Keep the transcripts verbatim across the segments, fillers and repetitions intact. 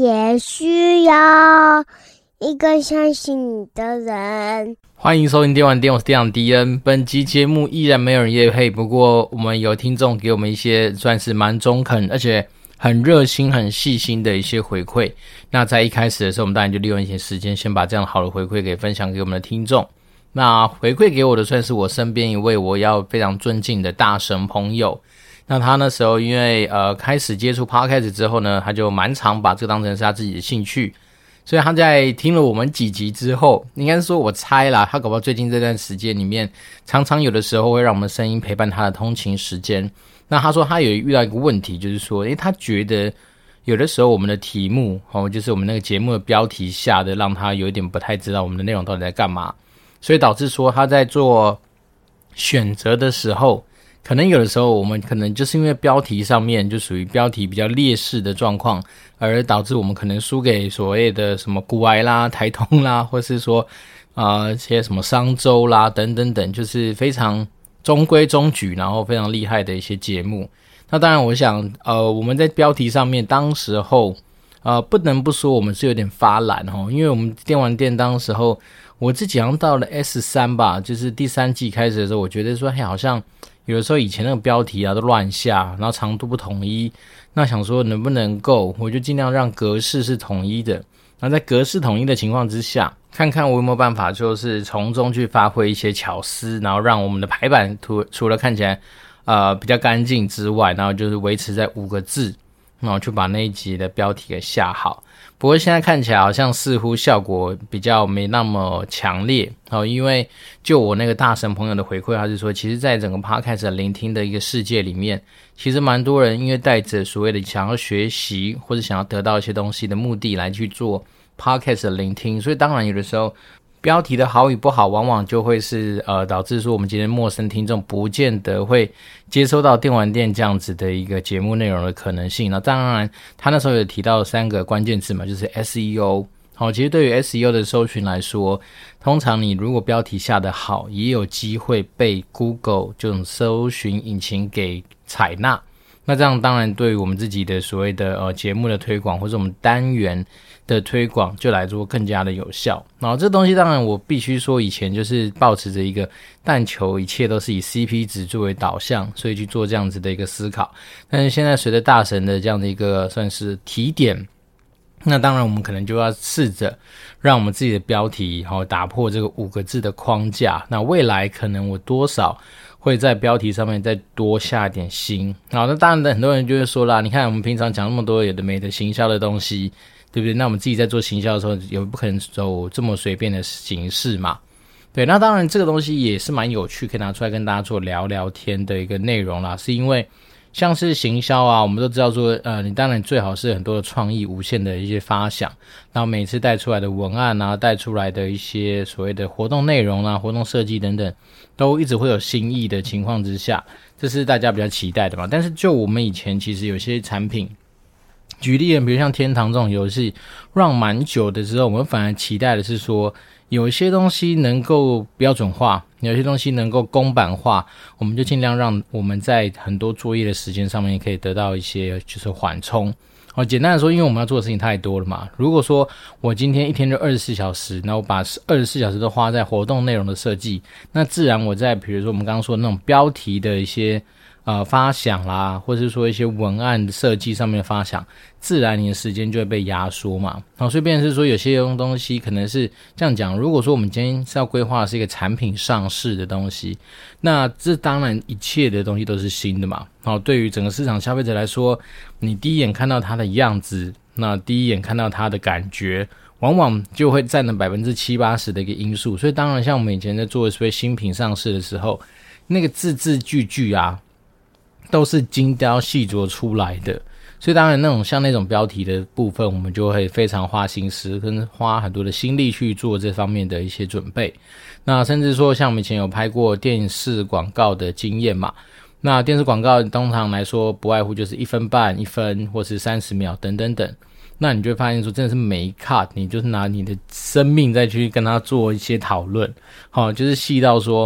也需要一个相信你的人。 欢迎收听电玩店，我是店长迪恩。本集节目依然没有人业配，不过我们有听众给我们一些算是蛮中肯而且很热心很细心的一些回馈。那在一开始的时候，我们当然就利用一些时间先把这样好的回馈给分享给我们的听众。那回馈给我的算是我身边一位我要非常尊敬的大神朋友。那他那时候因为呃开始接触 Podcast 之后呢，他就蛮常把这个当成是他自己的兴趣，所以他在听了我们几集之后，应该是说我猜啦，他搞不好最近这段时间里面常常有的时候会让我们声音陪伴他的通勤时间。那他说他有遇到一个问题，就是说诶他觉得有的时候我们的题目、哦、就是我们那个节目的标题下的让他有一点不太知道我们的内容到底在干嘛，所以导致说他在做选择的时候，可能有的时候我们可能就是因为标题上面就属于标题比较劣势的状况，而导致我们可能输给所谓的什么股癌啦、台通啦，或是说呃一些什么商周啦等等等，就是非常中规中矩然后非常厉害的一些节目。那当然我想呃我们在标题上面当时候呃不能不说我们是有点发懒齁，因为我们电玩店当时候我自己好像到了 S 三 吧，就是第三季开始的时候，我觉得说嘿好像有的时候以前那个标题啊都乱下，然后长度不统一，那想说能不能够我就尽量让格式是统一的，那在格式统一的情况之下，看看我有没有办法就是从中去发挥一些巧思，然后让我们的排版图除了看起来呃比较干净之外，然后就是维持在五个字，然后就把那一集的标题给下好。不过现在看起来好像似乎效果比较没那么强烈、哦、因为就我那个大神朋友的回馈，他是说其实在整个 Podcast 的聆听的一个世界里面，其实蛮多人因为带着所谓的想要学习或者想要得到一些东西的目的来去做 Podcast 的聆听，所以当然有的时候标题的好与不好往往就会是呃导致说我们今天陌生听众不见得会接收到电玩店这样子的一个节目内容的可能性。那当然他那时候有提到三个关键字嘛，就是 S E O。 好，其实对于 S E O 的搜寻来说，通常你如果标题下得好，也有机会被 Google 这种搜寻引擎给采纳。那这样当然对于我们自己的所谓的呃节目的推广或者我们单元的推广就来说更加的有效。然后这东西当然我必须说以前就是抱持着一个但求一切都是以 C P 值作为导向，所以去做这样子的一个思考。但是现在随着大神的这样的一个算是提点，那当然我们可能就要试着让我们自己的标题然后打破这个五个字的框架。那未来可能我多少会在标题上面再多下一点心。好，那当然很多人就会说啦，你看我们平常讲那么多有的没的行销的东西，对不对？那我们自己在做行销的时候也不可能走这么随便的形式嘛。对，那当然这个东西也是蛮有趣，可以拿出来跟大家做聊聊天的一个内容啦。是因为像是行销啊，我们都知道说呃，你当然最好是很多的创意无限的一些发想，然后每次带出来的文案啊，带出来的一些所谓的活动内容啊，活动设计等等都一直会有新意的情况之下，这是大家比较期待的嘛。但是就我们以前其实有些产品，举例比如像天堂这种游戏让蛮久的时候，我们反而期待的是说有一些东西能够标准化，有些东西能够公版化，我们就尽量让我们在很多作业的时间上面可以得到一些就是缓冲。哦，简单的说，因为我们要做的事情太多了嘛。如果说我今天一天就二十四小时，然后我把二十四小时都花在活动内容的设计，那自然我在比如说我们刚刚说的那种标题的一些呃发想啦，或者是说一些文案设计上面的发想，自然你的时间就会被压缩嘛。好，所以变成是说有些东西可能是这样讲，如果说我们今天是要规划的是一个产品上市的东西，那这当然一切的东西都是新的嘛。好，对于整个市场消费者来说，你第一眼看到它的样子，那第一眼看到它的感觉，往往就会占了百分之七八十的一个因素。所以当然像我们以前在做所谓新品上市的时候，那个字字句句啊都是精雕细琢出来的，所以当然那种像那种标题的部分，我们就会非常花心思跟花很多的心力去做这方面的一些准备。那甚至说像我们以前有拍过电视广告的经验嘛，那电视广告通常来说不外乎就是一分半、一分或是三十秒等等等，那你就会发现说真的是每一 cut 你就是拿你的生命再去跟他做一些讨论。好，就是细到说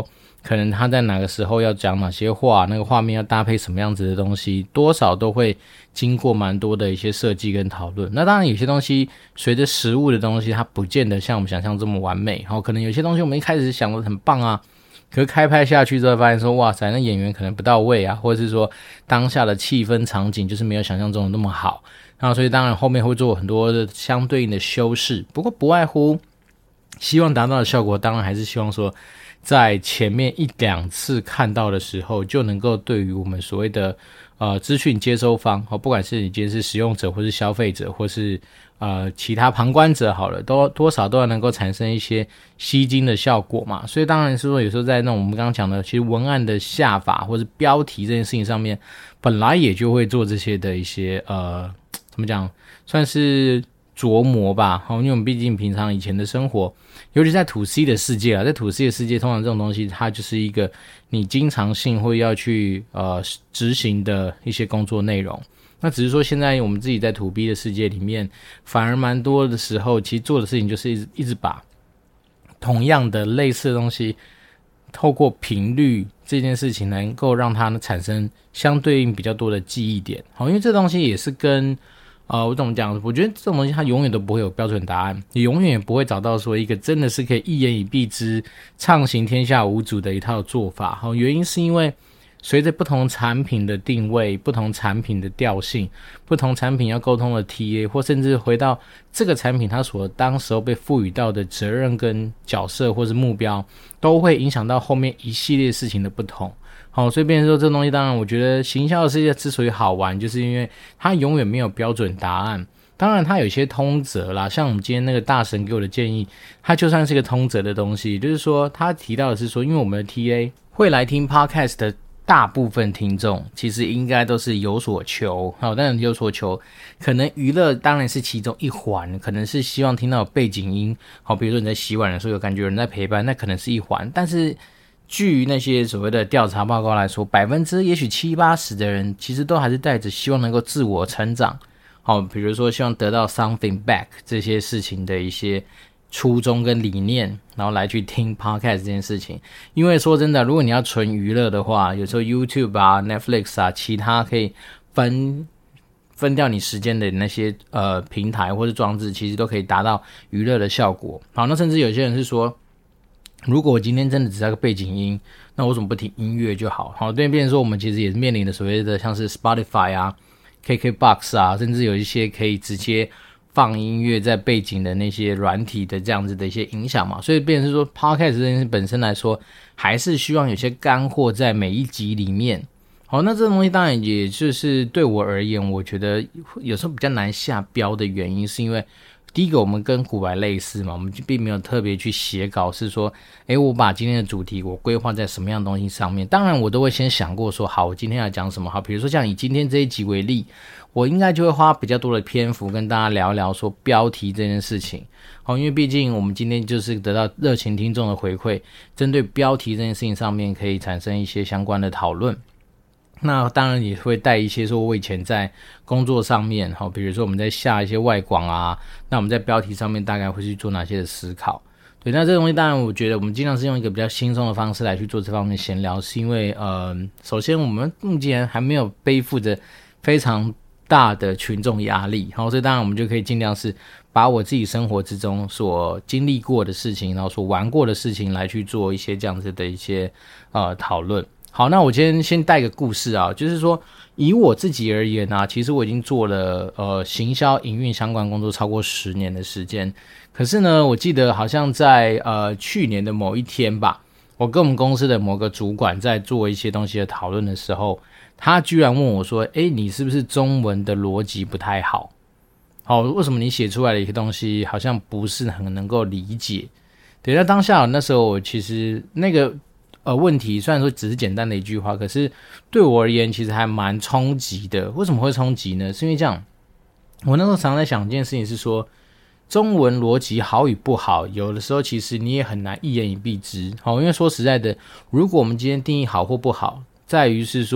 可能他在哪个时候要讲哪些话，那个画面要搭配什么样子的东西，多少都会经过蛮多的一些设计跟讨论。那当然有些东西随着实物的东西它不见得像我们想象这么完美，可能有些东西我们一开始想的很棒啊，可是开拍下去之后发现说哇塞，那演员可能不到位啊，或者是说当下的气氛场景就是没有想象中的那么好，然后所以当然后面会做很多的相对应的修饰。不过不外乎希望达到的效果，当然还是希望说在前面一两次看到的时候，就能够对于我们所谓的呃资讯接收方，不管是你今天是使用者或是消费者或是呃其他旁观者好了，都多少都要能够产生一些吸睛的效果嘛。所以当然是说有时候在那种我们刚刚讲的其实文案的下法或是标题这件事情上面，本来也就会做这些的一些呃怎么讲，算是琢磨吧，因为我们毕竟平常以前的生活，尤其在 to C 的世界啊，在 to C 的世界，通常这种东西它就是一个你经常性会要去呃执行的一些工作内容。那只是说现在我们自己在 to B 的世界里面，反而蛮多的时候，其实做的事情就是一直一直把同样的类似的东西，透过频率这件事情能够让它产生相对应比较多的记忆点。好，因为这东西也是跟呃，我怎么讲？我觉得这种东西它永远都不会有标准答案，你永远也不会找到说一个真的是可以一言以蔽之、畅行天下无阻的一套做法。好，原因是因为随着不同产品的定位、不同产品的调性、不同产品要沟通的 T A， 或甚至回到这个产品它所当时候被赋予到的责任跟角色或是目标，都会影响到后面一系列事情的不同。好，所以变成说这东西，当然我觉得行销的世界之所以好玩，就是因为它永远没有标准答案。当然它有一些通则啦，像我们今天那个大神给我的建议，它就算是一个通则的东西，就是说他提到的是说，因为我们的 T A 会来听 Podcast 的大部分听众其实应该都是有所求。好，当然有所求，可能娱乐当然是其中一环，可能是希望听到有背景音，好，比如说你在洗碗的时候有感觉有人在陪伴，那可能是一环。但是据那些所谓的调查报告来说，百分之也许七八十的人其实都还是带着希望能够自我成长，好，比如说希望得到 something back 这些事情的一些初衷跟理念，然后来去听 podcast 这件事情。因为说真的，如果你要纯娱乐的话，有时候 YouTube 啊 Netflix 啊其他可以分分掉你时间的那些呃平台或是装置，其实都可以达到娱乐的效果。好，那甚至有些人是说，如果我今天真的只是个背景音，那我怎么不听音乐就好？好，对，变成说我们其实也是面临的所谓的像是 Spotify 啊 K K B O X 啊，甚至有一些可以直接放音乐在背景的那些软体的这样子的一些影响嘛，所以变成是说 Podcast 这件事本身来说，还是希望有些干货在每一集里面。好，那这东西当然也就是对我而言，我觉得有时候比较难下标的原因，是因为第一个，我们跟古白类似嘛，我们就并没有特别去写稿，是说，诶，我把今天的主题我规划在什么样的东西上面。当然，我都会先想过说，好，我今天要讲什么。好，比如说像以今天这一集为例，我应该就会花比较多的篇幅跟大家聊聊说标题这件事情。好，因为毕竟我们今天就是得到热情听众的回馈，针对标题这件事情上面可以产生一些相关的讨论。那当然也会带一些说我以前在工作上面，好，比如说我们在下一些外广啊，那我们在标题上面大概会去做哪些的思考。对，那这东西当然我觉得我们尽量是用一个比较轻松的方式来去做这方面闲聊，是因为呃，首先我们目前还没有背负着非常大的群众压力，好，所以当然我们就可以尽量是把我自己生活之中所经历过的事情，然后所玩过的事情来去做一些这样子的一些呃讨论。好，那我今天先带个故事啊，就是说以我自己而言啊，其实我已经做了呃行销营运相关工作超过十年的时间。可是呢，我记得好像在呃去年的某一天吧，我跟我们公司的某个主管在做一些东西的讨论的时候，他居然问我说：“诶，你是不是中文的逻辑不太好？好，为什么你写出来的一些东西好像不是很能够理解？”对，那当下那时候我其实那个。呃，问题虽然说只是简单的一句话，可是对我而言其实还蛮冲击的。为什么会冲击呢？是因为这样，我那时候常常在想一件事情是说，中文逻辑好与不好，有的时候其实你也很难一言以蔽之。好，因为说实在的，如果我们今天定义好或不好，在于是说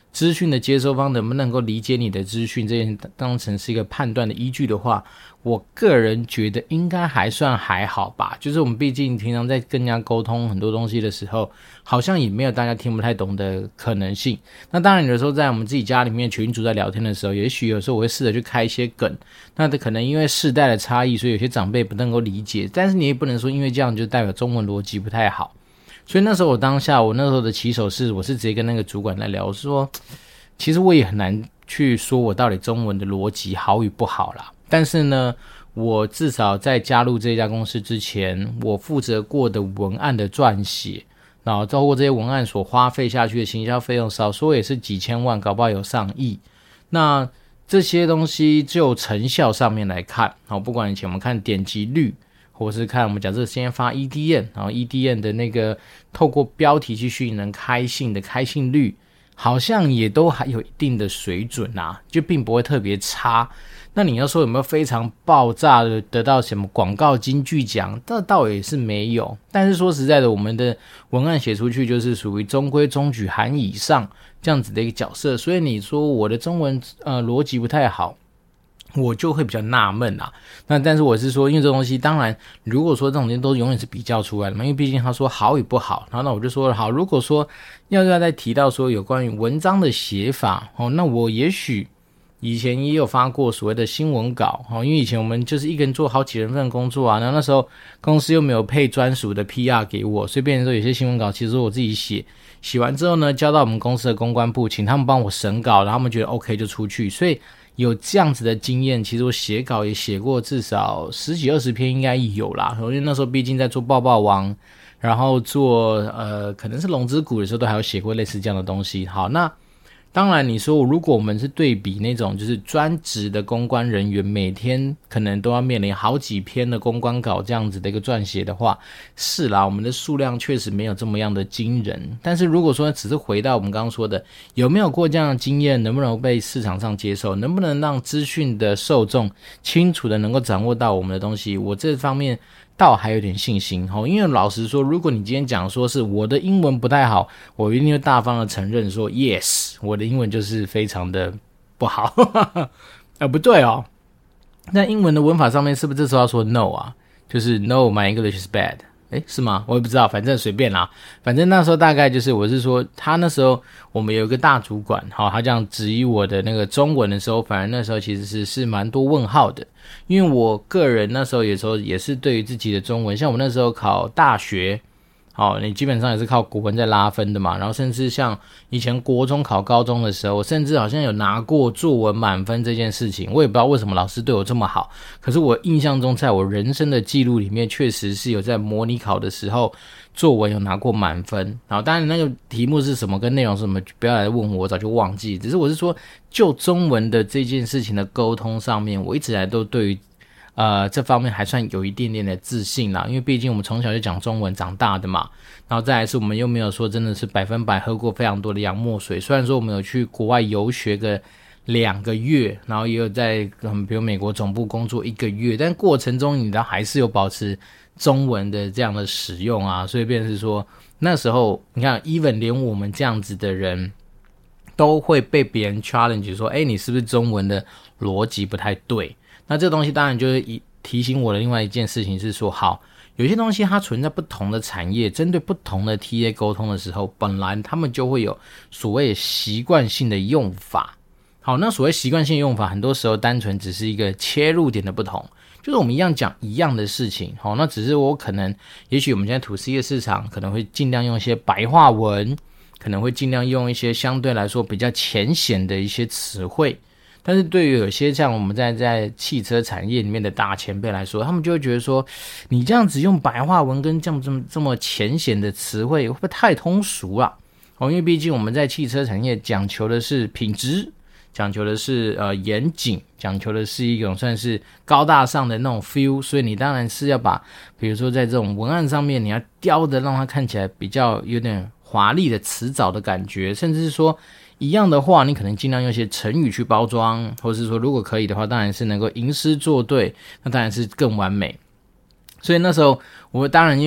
资讯的接收方能不能够理解你的资讯，这件当成是一个判断的依据的话，我个人觉得应该还算还好吧。就是我们毕竟平常在跟人家沟通很多东西的时候，好像也没有大家听不太懂的可能性。那当然有的时候在我们自己家里面群组在聊天的时候，也许有时候我会试着去开一些梗，那可能因为世代的差异，所以有些长辈不能够理解，但是你也不能说因为这样就代表中文逻辑不太好。所以那时候我当下我那时候的起手是我是直接跟那个主管来聊，我说其实我也很难去说我到底中文的逻辑好与不好啦，但是呢我至少在加入这家公司之前，我负责过的文案的撰写，然后包括这些文案所花费下去的行销费用，少说也是几千万，搞不好有上亿。那这些东西就成效上面来看，不管以前我们看点击率，或是看我们假设先发 E D M， 然后 E D M 的那个透过标题去吸引人开信的开信率，好像也都还有一定的水准啊，就并不会特别差。那你要说有没有非常爆炸的得到什么广告金句奖，这倒也是没有。但是说实在的，我们的文案写出去就是属于中规中矩含以上这样子的一个角色，所以你说我的中文呃逻辑不太好，我就会比较纳闷啊。那但是我是说，因为这东西当然如果说这种东西都永远是比较出来的嘛，因为毕竟他说好与不好，然后那我就说好，如果说要要再提到说有关于文章的写法哦，那我也许以前也有发过所谓的新闻稿，因为以前我们就是一个人做好几人份工作啊，然后那时候公司又没有配专属的 P R 给我，所以变成说有些新闻稿其实我自己写，写完之后呢交到我们公司的公关部，请他们帮我审稿，然后他们觉得 OK 就出去。所以有这样子的经验，其实我写稿也写过至少十几二十篇应该有啦，因为那时候毕竟在做爆爆王，然后做呃可能是龙之谷的时候都还有写过类似这样的东西。好，那当然你说如果我们是对比那种就是专职的公关人员，每天可能都要面临好几篇的公关稿这样子的一个撰写的话，是啦，我们的数量确实没有这么样的惊人。但是如果说只是回到我们刚刚说的，有没有过这样的经验，能不能被市场上接受，能不能让资讯的受众清楚的能够掌握到我们的东西，我这方面倒还有点信心。因为老实说，如果你今天讲说是我的英文不太好，我一定会大方的承认说 yes， 我的英文就是非常的不好啊，不对哦，那英文的文法上面是不是这时候要说 no 啊，就是 no my English is bad， 诶是吗？我也不知道，反正随便啦。反正那时候大概就是我是说他那时候我们有一个大主管，好，他这样质疑我的那个中文的时候，反而那时候其实是是蛮多问号的。因为我个人那时候有时候也是对于自己的中文，像我那时候考大学，好，你基本上也是靠国文在拉分的嘛，然后甚至像以前国中考高中的时候，我甚至好像有拿过作文满分这件事情，我也不知道为什么老师对我这么好，可是我印象中在我人生的记录里面确实是有在模拟考的时候作文有拿过满分。然后当然那个题目是什么跟内容是什么不要来问我，我早就忘记，只是我是说就中文的这件事情的沟通上面，我一直来都对于呃，这方面还算有一点点的自信啦，因为毕竟我们从小就讲中文长大的嘛，然后再来是我们又没有说真的是百分百喝过非常多的洋墨水，虽然说我们有去国外游学个两个月，然后也有在嗯，比如美国总部工作一个月，但过程中你都还是有保持中文的这样的使用啊，所以变成是说那时候你看 even 连我们这样子的人都会被别人 challenge 说，诶你是不是中文的逻辑不太对。那这个东西当然就是提醒我的另外一件事情是说，好，有些东西它存在不同的产业，针对不同的 T A 沟通的时候，本来他们就会有所谓习惯性的用法。好，那所谓习惯性用法，很多时候单纯只是一个切入点的不同，就是我们一样讲一样的事情，好，那只是我可能也许我们现在 to C 的市场可能会尽量用一些白话文，可能会尽量用一些相对来说比较浅显的一些词汇。但是对于有些像我们在在汽车产业里面的大前辈来说，他们就会觉得说，你这样子用白话文跟这么这么这么浅显的词汇，会不会太通俗啊？哦，因为毕竟我们在汽车产业讲求的是品质，讲求的是呃严谨，讲求的是一种算是高大上的那种 feel， 所以你当然是要把，比如说在这种文案上面，你要雕的让它看起来比较有点华丽的辞藻的感觉，甚至是说一样的话，你可能尽量用一些成语去包装，或是说如果可以的话，当然是能够吟诗作对，那当然是更完美。所以那时候我当然因为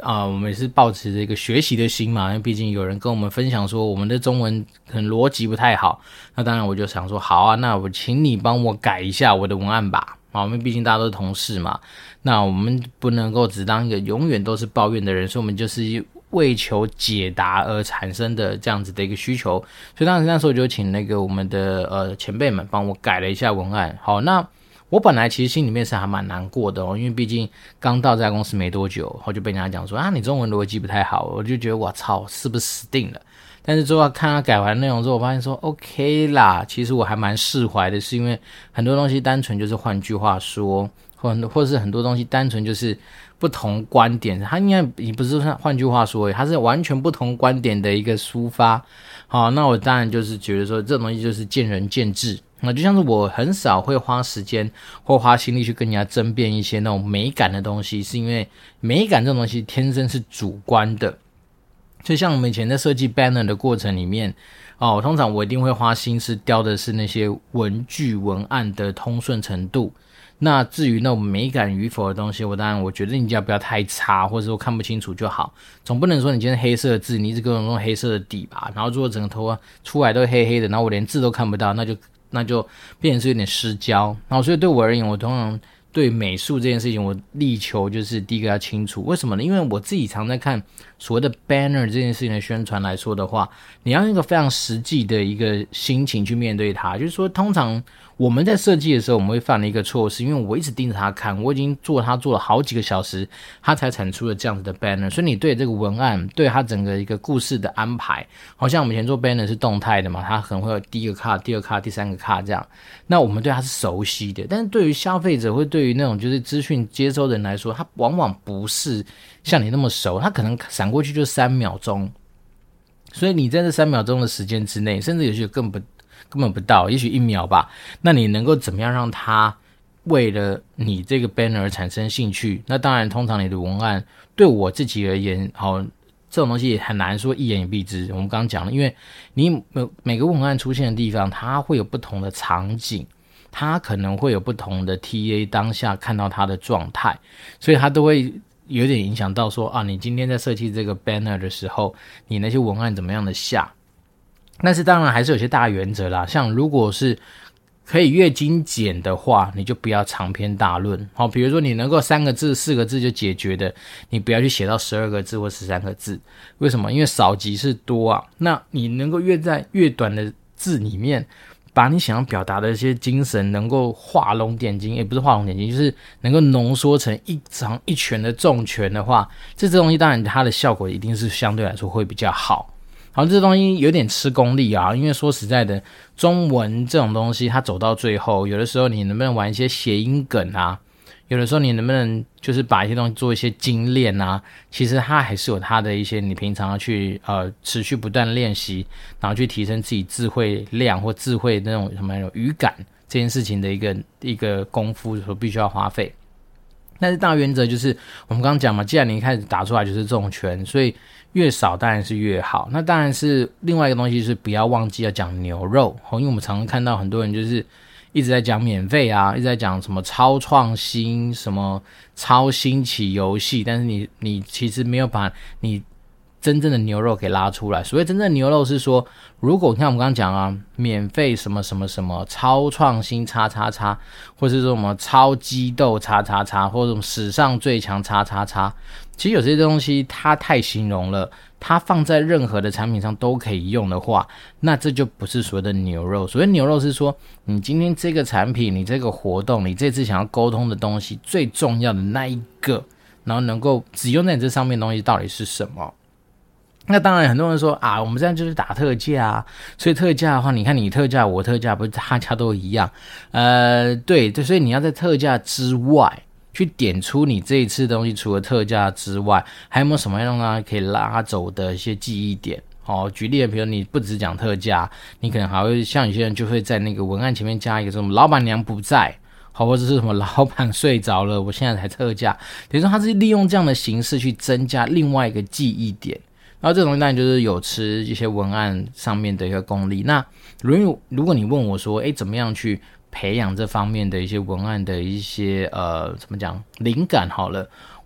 啊、呃，我们也是抱持着一个学习的心嘛，因为毕竟有人跟我们分享说我们的中文可能逻辑不太好，那当然我就想说好啊，那我请你帮我改一下我的文案吧，啊，因为毕竟大家都是同事嘛，那我们不能够只当一个永远都是抱怨的人，所以我们就是为求解答而产生的这样子的一个需求，所以当时那时候就请那个我们的呃前辈们帮我改了一下文案。好，那我本来其实心里面是还蛮难过的哦，因为毕竟刚到这家公司没多久，我就被人家讲说啊，你中文逻辑不太好，我就觉得我操，是不是死定了？但是最后看他改完内容之后，我发现说 OK 啦，其实我还蛮释怀的，是因为很多东西单纯就是换句话说，或或是很多东西单纯就是不同观点，他应该也不是换句话说，他是完全不同观点的一个抒发。好，那我当然就是觉得说这种东西就是见仁见智。那就像是我很少会花时间或花心力去跟人家争辩一些那种美感的东西，是因为美感这种东西天生是主观的。就像我们以前在设计 banner 的过程里面，哦，通常我一定会花心思雕的是那些文句文案的通顺程度。那至于那种美感与否的东西，我当然我觉得你只要不要太差，或者说看不清楚就好。总不能说你今天黑色的字，你一直跟我用黑色的底吧，然后如果整个头出来都黑黑的，然后我连字都看不到，那就那就变成是有点失焦。然后所以对我而言，我通常对美术这件事情，我力求就是第一个要清楚。为什么呢？因为我自己常在看所谓的 banner 这件事情的宣传来说的话，你要用一个非常实际的一个心情去面对它。就是说，通常我们在设计的时候，我们会犯了一个错误，是因为我一直盯着它看，我已经做它做了好几个小时，它才产出了这样子的 banner。所以你对这个文案，对它整个一个故事的安排，好像我们以前做 banner 是动态的嘛，它可能会有第一个卡、第二个卡、第三个卡这样。那我们对它是熟悉的，但是对于消费者会对于那种就是资讯接收的人来说，他往往不是像你那么熟，他可能闪过去就三秒钟，所以你在这三秒钟的时间之内，甚至有些根本根本不到，也许一秒吧，那你能够怎么样让他为了你这个 banner 而产生兴趣？那当然，通常你的文案对我自己而言，好，这种东西也很难说一言以蔽之。我们刚刚讲了，因为你每个文案出现的地方，它会有不同的场景，它可能会有不同的 T A 当下看到它的状态，所以它都会有点影响到说啊，你今天在设计这个 banner 的时候，你那些文案怎么样的下？但是当然还是有些大原则啦，像如果是可以越精简的话，你就不要长篇大论。好，比如说你能够三个字、四个字就解决的，你不要去写到十二个字或十三个字。为什么？因为少即是多啊。那你能够越在越短的字里面，把你想要表达的一些精神能够画龙点睛，也不是画龙点睛，就是能够浓缩成一长一拳的重拳的话，这这东西当然它的效果一定是相对来说会比较好。好，这东西有点吃功力啊，因为说实在的，中文这种东西它走到最后，有的时候你能不能玩一些谐音梗啊，有的时候你能不能就是把一些东西做一些精炼啊，其实它还是有它的一些你平常要去呃持续不断练习，然后去提升自己智慧量或智慧那种什么语感这件事情的一个一个功夫所必须要花费。但是大原则就是我们刚刚讲嘛，既然你一开始打出来就是重拳，所以越少当然是越好。那当然是另外一个东西是不要忘记要讲牛肉，因为我们常常看到很多人就是一直在讲免费啊，一直在讲什么超创新、什么超新奇游戏，但是你你其实没有把你真正的牛肉给拉出来。所谓真正的牛肉是说，如果你看我们刚刚讲啊，免费什么什么什么超创新叉叉叉，或是说什么超激斗叉叉叉，或者什么史上最强叉叉叉，其实有些东西它太形容了，它放在任何的产品上都可以用的话，那这就不是所谓的牛肉。所谓牛肉是说，你今天这个产品，你这个活动，你这次想要沟通的东西最重要的那一个，然后能够只用在你这上面的东西到底是什么。那当然很多人说啊，我们这样就是打特价啊，所以特价的话，你看你特价我特价，不是大家都一样。呃，对，所以你要在特价之外去点出你这一次的东西除了特价之外，还有没有什么样让它可以拉走的一些记忆点。哦，举例，比如你不只讲特价，你可能还会像有些人就会在那个文案前面加一个什么老板娘不在，好，或者是什么老板睡着了，我现在才特价。等于说他是利用这样的形式去增加另外一个记忆点。然后这种东西当然就是有吃一些文案上面的一个功力。那如果如果你问我说，诶，怎么样去培养这方面的一些文案的一些呃怎么讲灵感好了，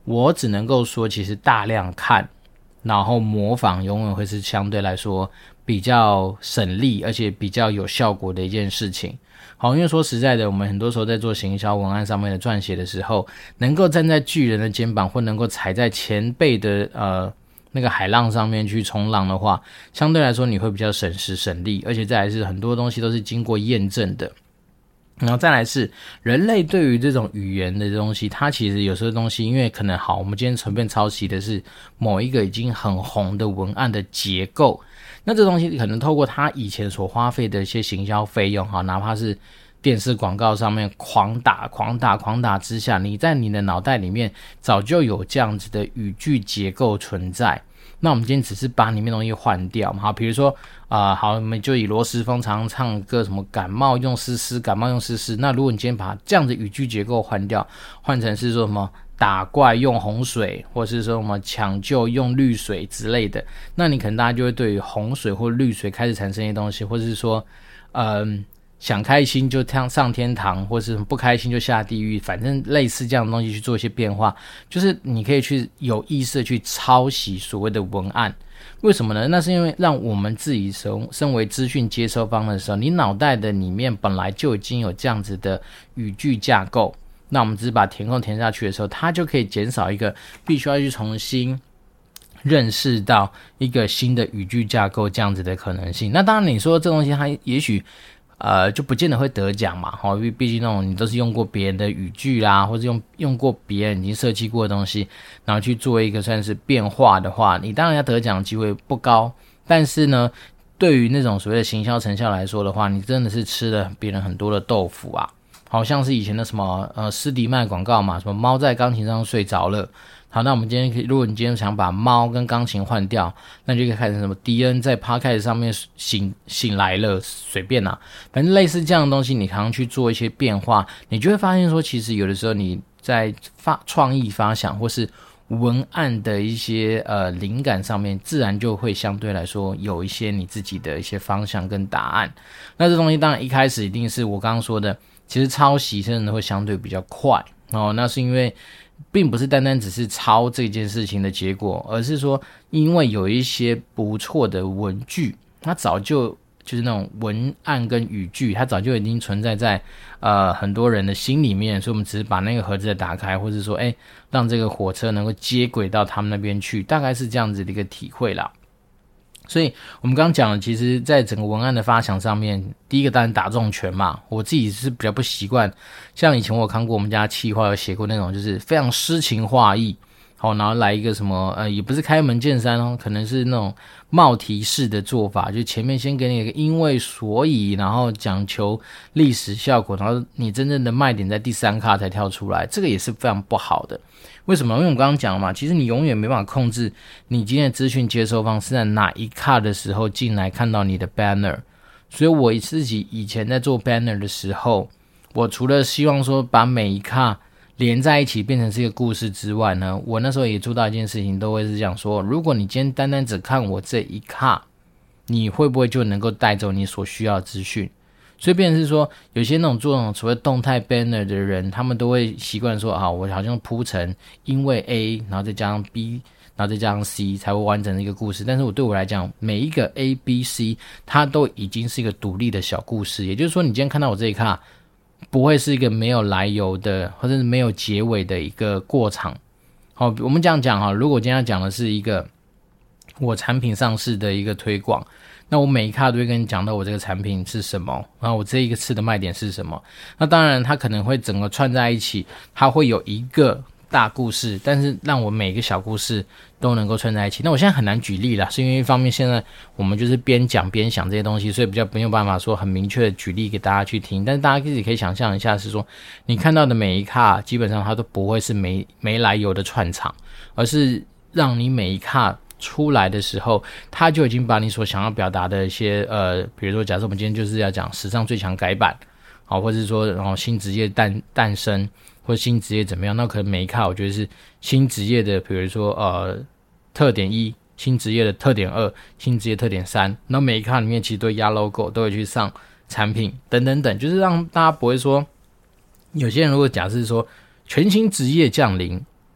我只能够说，其实大量看，然后模仿，永远会是相对来说比较省力，而且比较有效果的一件事情。好，因为说实在的，我们很多时候在做行销文案上面的撰写的时候，能够站在巨人的肩膀，或能够踩在前辈的呃那个海浪上面去冲浪的话，相对来说你会比较省时省力，而且再来是很多东西都是经过验证的。然后再来是人类对于这种语言的东西，它其实有时候东西因为可能好，我们今天随便抄袭的是某一个已经很红的文案的结构，那这东西可能透过他以前所花费的一些行销费用，哪怕是电视广告上面狂打狂打狂打之下，你在你的脑袋里面早就有这样子的语句结构存在。那我们今天只是把里面东西换掉嘛，好，比如说啊、呃，好，我们就以罗时丰常常唱歌什么感冒用湿湿，感冒用湿湿。那如果你今天把这样的语句结构换掉，换成是说什么打怪用洪水，或是说什么抢救用绿水之类的，那你可能大家就会对于洪水或绿水开始产生一些东西，或者是说，嗯。想开心就上天堂，或是不开心就下地狱，反正类似这样的东西去做一些变化，就是你可以去有意识的去抄袭所谓的文案。为什么呢？那是因为让我们自己身为资讯接收方的时候，你脑袋的里面本来就已经有这样子的语句架构，那我们只是把填空填下去的时候，它就可以减少一个必须要去重新认识到一个新的语句架构这样子的可能性。那当然你说这东西它也许呃，就不见得会得奖嘛，因为毕竟那种你都是用过别人的语句啦，或者用用过别人已经设计过的东西，然后去做一个算是变化的话，你当然要得奖的机会不高。但是呢，对于那种所谓的行销成效来说的话，你真的是吃了别人很多的豆腐啊，好像是以前的什么呃斯迪麦广告嘛，什么猫在钢琴上睡着了。好，那我们今天可以，如果你今天想把猫跟钢琴换掉，那就可以看成什么迪恩在 Podcast 上面醒醒来了，随便啦、啊，反正类似这样的东西，你常常去做一些变化，你就会发现说，其实有的时候你在发创意发想或是文案的一些呃灵感上面，自然就会相对来说有一些你自己的一些方向跟答案。那这东西当然一开始一定是我刚刚说的，其实抄袭真的会相对比较快哦，那是因为并不是单单只是抄这件事情的结果，而是说因为有一些不错的文句，它早就就是那种文案跟语句，它早就已经存在在呃很多人的心里面，所以我们只是把那个盒子打开，或者说诶让这个火车能够接轨到他们那边去，大概是这样子的一个体会啦。所以我们刚刚讲的，其实在整个文案的发想上面，第一个当然打重拳嘛，我自己是比较不习惯，像以前我有看过我们家企划有写过那种就是非常诗情画意，好，然后来一个什么呃也不是开门见山哦，可能是那种冒题式的做法，就前面先给你一个因为所以，然后讲求历史效果，然后你真正的卖点在第三卡才跳出来，这个也是非常不好的。为什么？因为我们刚刚讲了嘛，其实你永远没办法控制你今天的资讯接收方是在哪一卡的时候进来看到你的 banner， 所以我自己以前在做 banner 的时候，我除了希望说把每一卡连在一起变成是一个故事之外呢，我那时候也做到一件事情，都会是讲说，如果你今天单单只看我这一卡，你会不会就能够带走你所需要的资讯？所以变成是说，有些那种做那种所谓动态 banner 的人，他们都会习惯说啊，我好像铺成因为 A， 然后再加上 B， 然后再加上 C 才会完整的一个故事。但是我对我来讲，每一个 A、B、C 它都已经是一个独立的小故事。也就是说，你今天看到我这一卡，不会是一个没有来由的，或者是没有结尾的一个过场。好，我们这样讲哈，如果今天要讲的是一个我产品上市的一个推广，那我每一卡都会跟你讲到我这个产品是什么，然后我这一个次的卖点是什么。那当然它可能会整个串在一起，它会有一个大故事，但是让我每个小故事都能够串在一起。那我现在很难举例啦，是因为一方面现在我们就是边讲边想这些东西，所以比较没有办法说很明确的举例给大家去听。但是大家自己可以想象一下，是说你看到的每一卡基本上它都不会是没没来由的串场，而是让你每一卡出来的时候，他就已经把你所想要表达的一些呃，比如说假设我们今天就是要讲史上最强改版，好，或者是说然后新职业诞诞生，或者新职业怎么样，那可能每一卡我觉得是新职业的，比如说呃特点一，新职业的特点二，新职业特点三，那每一卡里面其实都压 logo， 都会去上产品等等等，就是让大家不会说，有些人如果假设说全新职业降临，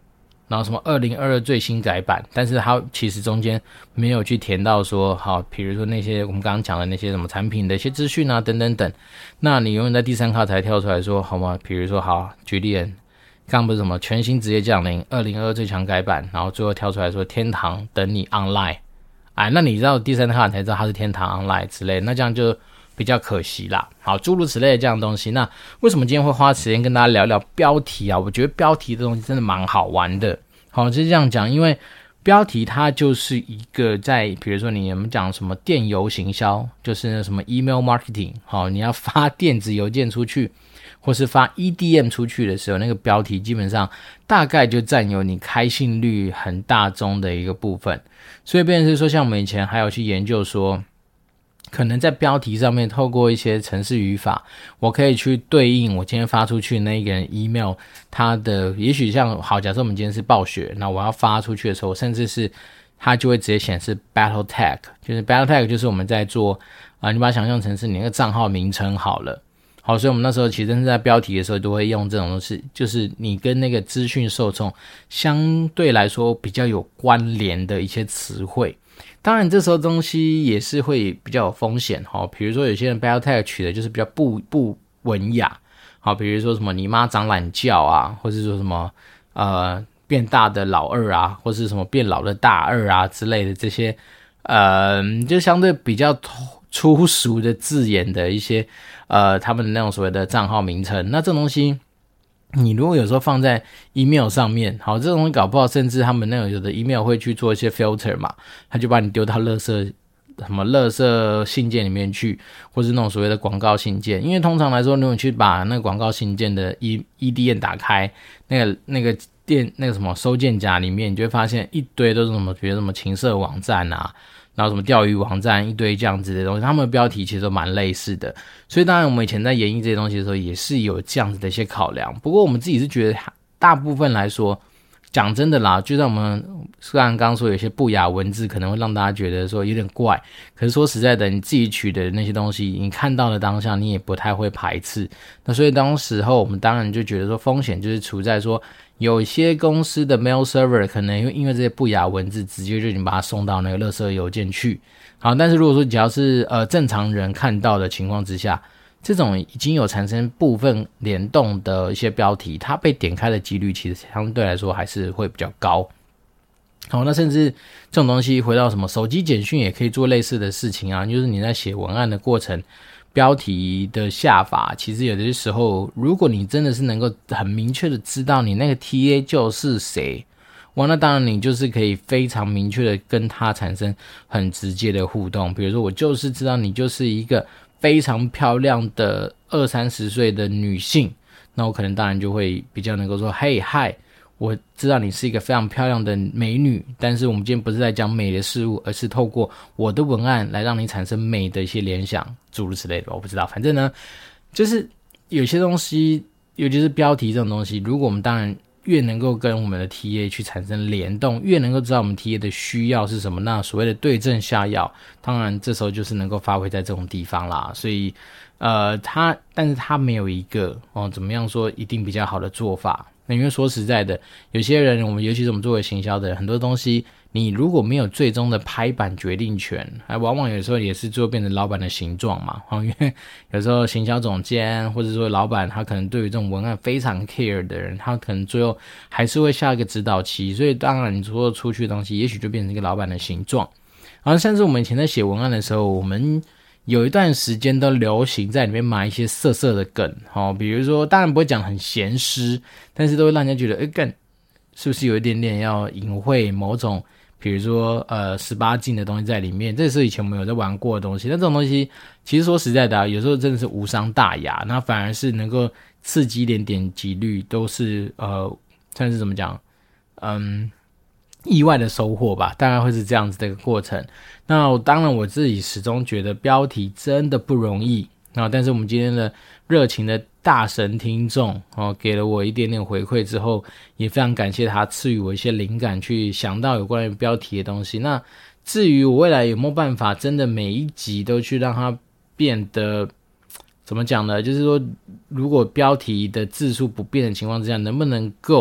然后什么二零二二最新改版，但是它其实中间没有去填到说，好，比如说那些我们刚刚讲的那些什么产品的一些资讯啊，等等等。那你永远在第三卡才跳出来说，好吗？比如说，好，举例，刚刚不是什么全新职业降临，二零二二最强改版，然后最后跳出来说天堂等你 online， 哎，那你知道第三卡才知道它是天堂 online 之类的，那这样就比较可惜啦。好，诸如此类的这样的东西。那为什么今天会花时间跟大家聊聊标题啊？我觉得标题的东西真的蛮好玩的。好，就是这样讲，因为标题它就是一个在比如说你们讲什么电邮行销，就是那什么 email marketing， 好，你要发电子邮件出去或是发 E D M 出去的时候，那个标题基本上大概就占有你开信率很大宗的一个部分。所以变成是说，像我们以前还有去研究说，可能在标题上面透过一些程式语法，我可以去对应我今天发出去那一个人 email， 他的也许像好，假设我们今天是暴雪，那我要发出去的时候，甚至是它就会直接显示 battle tag， 就是 battle tag 就是我们在做啊、呃，你把它想象成是你那个账号名称好了。好，所以我们那时候其实真的在标题的时候都会用这种东西，就是你跟那个资讯受众相对来说比较有关联的一些词汇。当然这时候东西也是会比较有风险，好，比如说有些人 battle tag 取的就是比较不不文雅，好，比如说什么你妈长懒觉啊，或是说什么呃变大的老二啊，或是什么变老的大二啊之类的这些呃就相对比较粗俗的字眼的一些呃他们的那种所谓的账号名称。那这种东西你如果有时候放在 email 上面，好，这种东西搞不好甚至他们那种有的 email 会去做一些 filter 嘛，他就把你丢到垃圾什么垃圾信件里面去，或是那种所谓的广告信件。因为通常来说，如果你去把那个广告信件的 E D M 打开，那个那个电那个什么收件夹里面，你就会发现一堆都是什么，比如什么情色网站啊，然后什么钓鱼网站，一堆这样子的东西，他们的标题其实都蛮类似的。所以当然我们以前在演绎这些东西的时候，也是有这样子的一些考量。不过我们自己是觉得大部分来说，讲真的啦，就像我们虽然刚刚说有些不雅文字可能会让大家觉得说有点怪，可是说实在的，你自己取的那些东西，你看到的当下你也不太会排斥。那所以当时候我们当然就觉得说风险就是处在说，有些公司的 mail server 可能因为这些不雅文字直接就已经把它送到那个垃圾邮件去。好，但是如果说只要是呃正常人看到的情况之下，这种已经有产生部分联动的一些标题，它被点开的几率其实相对来说还是会比较高。好，那甚至这种东西回到什么手机简讯也可以做类似的事情啊，就是你在写文案的过程，标题的下法，其实有的时候如果你真的是能够很明确的知道你那个 T A 就是谁，哇，那当然你就是可以非常明确的跟他产生很直接的互动。比如说我就是知道你就是一个非常漂亮的二三十岁的女性，那我可能当然就会比较能够说，嘿嗨，我知道你是一个非常漂亮的美女，但是我们今天不是在讲美的事物，而是透过我的文案来让你产生美的一些联想，诸如此类的，我不知道。反正呢，就是有些东西，尤其是标题这种东西，如果我们当然越能够跟我们的 T A 去产生联动，越能够知道我们 T A 的需要是什么，那所谓的对症下药，当然这时候就是能够发挥在这种地方啦。所以呃，它但是它没有一个哦怎么样说一定比较好的做法。那因为说实在的，有些人我们尤其是我们作为行销的人，很多东西你如果没有最终的拍板决定权，还往往有时候也是最后变成老板的形状嘛。因为有时候行销总监或者说老板他可能对于这种文案非常 care 的人，他可能最后还是会下一个指导期，所以当然你说出去的东西也许就变成一个老板的形状。然后甚至我们以前在写文案的时候，我们有一段时间都流行在里面埋一些色色的梗，哦，比如说当然不会讲很咸湿，但是都会让人家觉得诶干是不是有一点点要隐晦某种比如说呃十八禁的东西在里面，这是以前我们有在玩过的东西。但这种东西其实说实在的啊，有时候真的是无伤大雅，那反而是能够刺激一点点击率，都是呃算是怎么讲嗯意外的收获吧，大概会是这样子的一个过程。那当然我自己始终觉得标题真的不容易，那但是我们今天的热情的大神听众哦，给了我一点点回馈之后，也非常感谢他赐予我一些灵感，去想到有关于标题的东西。那至于我未来有没有办法真的每一集都去让它变得怎么讲呢，就是说如果标题的字数不变的情况之下，能不能够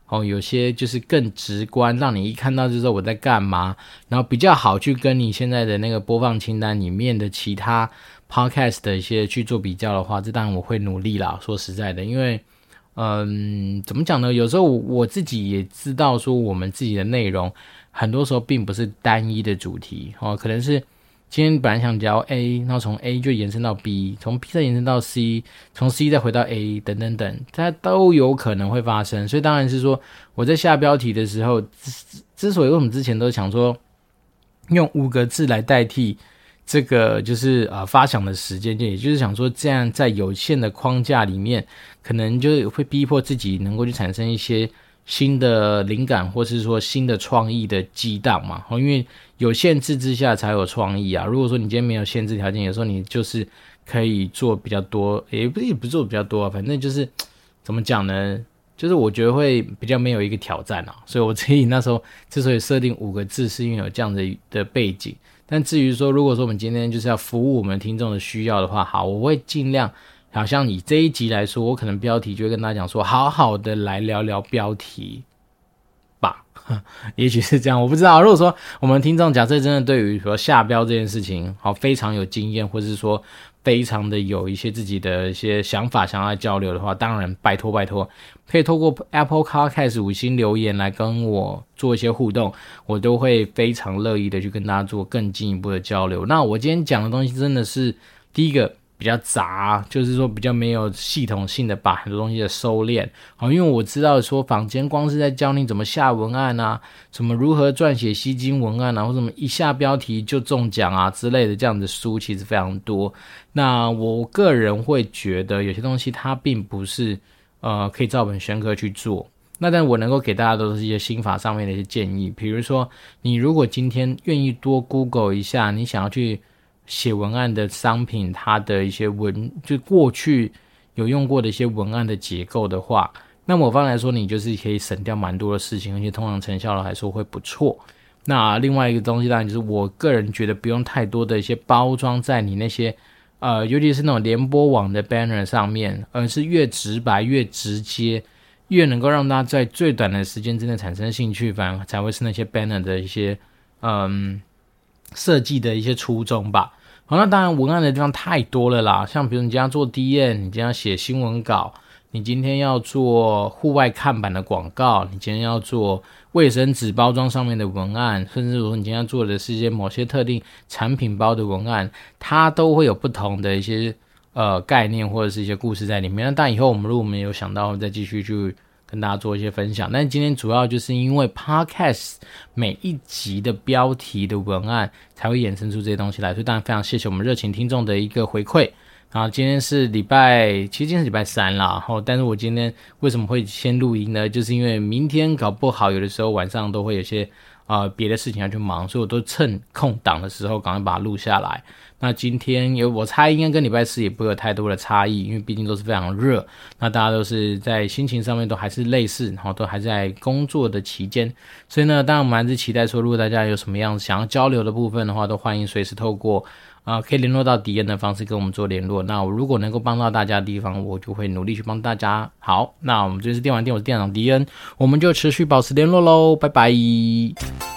哦，有些就是更直观，让你一看到就知道我在干嘛，然后比较好去跟你现在的那个播放清单里面的其他 podcast 的一些去做比较的话，这当然我会努力啦，说实在的，因为嗯，怎么讲呢？有时候我自己也知道说我们自己的内容很多时候并不是单一的主题哦，可能是今天本来想聊 A， 然后从 A 就延伸到 B， 从 B 再延伸到 C， 从 C 再回到 A 等等等，它都有可能会发生。所以当然是说我在下标题的时候，之之所以为什么之前都想说用五个字来代替这个就是呃发想的时间，也就是想说这样在有限的框架里面，可能就会逼迫自己能够去产生一些新的灵感，或是说新的创意的激荡嘛，因为有限制之下才有创意啊。如果说你今天没有限制条件，有时候你就是可以做比较多，也不是也不是做比较多啊，反正就是怎么讲呢？就是我觉得会比较没有一个挑战啊，所以我自己那时候之所以设定五个字，是因为有这样的的背景。但至于说，如果说我们今天就是要服务我们听众的需要的话，好，我会尽量。好像以这一集来说，我可能标题就会跟大家讲说，好好的来聊聊标题吧，也许是这样，我不知道。如果说我们听众假设真的对于说下标这件事情，好非常有经验，或是说非常的有一些自己的一些想法想要交流的话，当然拜托拜托，可以透过 Apple Podcast 五星留言来跟我做一些互动，我都会非常乐意的去跟大家做更进一步的交流。那我今天讲的东西真的是第一个比较杂，就是说比较没有系统性的把很多东西的收敛，好，因为我知道说坊间光是在教你怎么下文案啊，怎么如何撰写吸睛文案啊，或者什么一下标题就中奖啊之类的这样的书其实非常多。那我个人会觉得有些东西它并不是呃可以照本宣科去做，那但我能够给大家都是一些心法上面的一些建议，比如说你如果今天愿意多 Google 一下，你想要去写文案的商品，它的一些文就过去有用过的一些文案的结构的话，那么我方来说，你就是可以省掉蛮多的事情，而且通常成效来说会不错。那另外一个东西当然就是我个人觉得不用太多的一些包装在你那些呃，尤其是那种联播网的 banner 上面，而是越直白越直接，越能够让大家在最短的时间之内产生兴趣，反而才会是那些 banner 的一些嗯设计的一些初衷吧。好，那当然文案的地方太多了啦，像比如你今天要做 D M， 你今天要写新闻稿，你今天要做户外看板的广告，你今天要做卫生纸包装上面的文案，甚至说你今天要做的是一些某些特定产品包的文案，它都会有不同的一些呃概念或者是一些故事在里面。那当然以后我们如果我们有想到再继续去跟大家做一些分享，但是今天主要就是因为 Podcast 每一集的标题的文案才会衍生出这些东西来，所以当然非常谢谢我们热情听众的一个回馈。然后今天是礼拜，其实今天是礼拜三啦，然后但是我今天为什么会先录音呢？就是因为明天搞不好有的时候晚上都会有些呃别的事情要去忙，所以我都趁空档的时候赶快把它录下来。那今天有我猜应该跟礼拜四也不会有太多的差异，因为毕竟都是非常热，那大家都是在心情上面都还是类似，然后都还在工作的期间，所以呢当然我们还是期待说如果大家有什么样想要交流的部分的话，都欢迎随时透过呃可以联络到迪恩的方式跟我们做联络。那我如果能够帮到大家的地方，我就会努力去帮大家。好，那我们这是电玩店，我是店长迪恩，我们就持续保持联络咯，拜拜。